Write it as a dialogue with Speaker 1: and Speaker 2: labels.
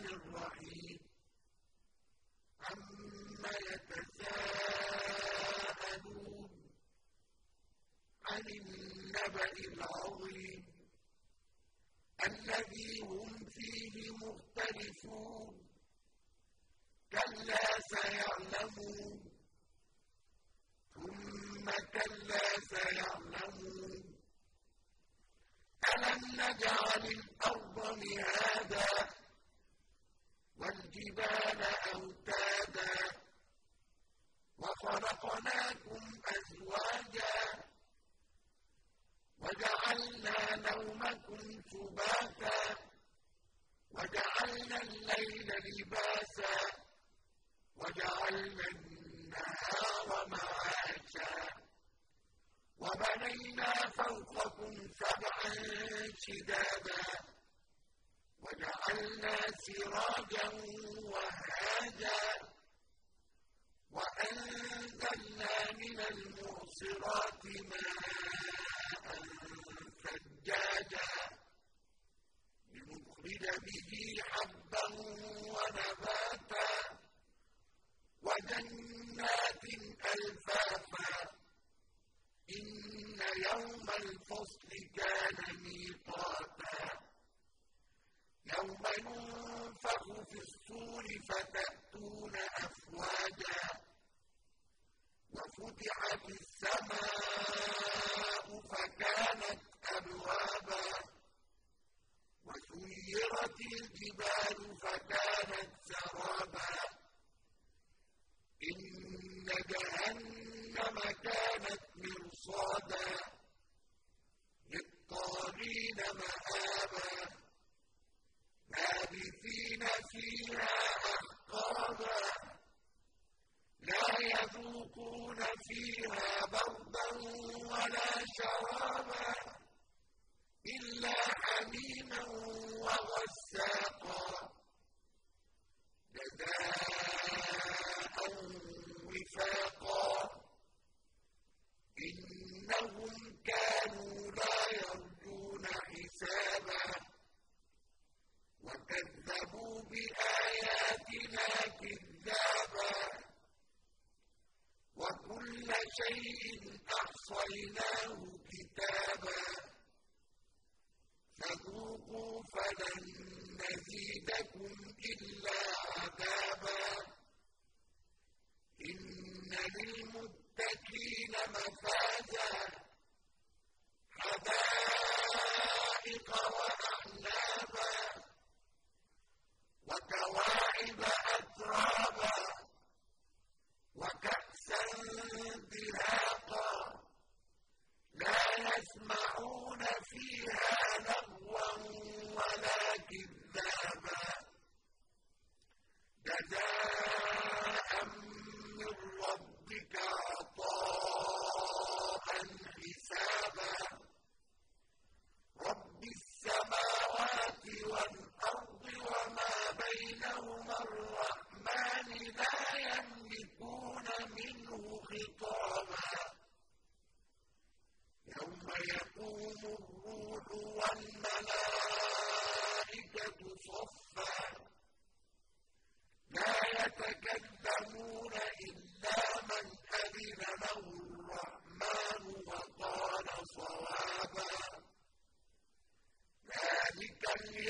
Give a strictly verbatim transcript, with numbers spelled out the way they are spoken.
Speaker 1: الرحيم عما يتساءلون عن النبأ العظيم الذي هم فيه مختلفون كلا سيعلمون ثم كلا سيعلمون ألم نجعل الأرض مهادا والجبال أوتادا وخلقناكم أزواجا وجعلنا نومكم سباتا وجعلنا الليل لباسا وجعلنا النهار معاشا وبنينا فوقكم سبعا شدادا وجعلنا سراجا وهاجا وأنزلنا من المعصرات ماء ثجاجا لنخرج به حبا ونباتا وجنات ألفافا إن يوم الفصل كان ميقاتا يوم ينفخ في الصور فتأتون أفواجا وفتحت السماء فكانت أبوابا وسيرت الجبال فكانت سرابا إن جهنم كانت مرصادا للطاغين مآبا لابثين فيها أحقابا لا يذوقون فيها بردا ولا شرابا إلا حميما وغساقا جزاء وفاقا إنهم كانوا لا يرجون حسابا وكذبوا بآياتنا كذابا وكل شيء أحصيناه كتابا فذوقوا فلن نزيدكم إلا عذابا إن للمتقين مفازا حدائق وأعنابا وكواعب أترابا وكأسا دهاقا لا يسمعون فيها لغوا ولا كذابا جزاء من ربك عطاء حسابا رب السماوات والأرض وما بينهما الرحمن لا يملكون منه خطابا يوم يقوم الروح والملائكة صفا لا يتكلمون إلا من أذن له الرحمن وقال صوابا ذلك اليوم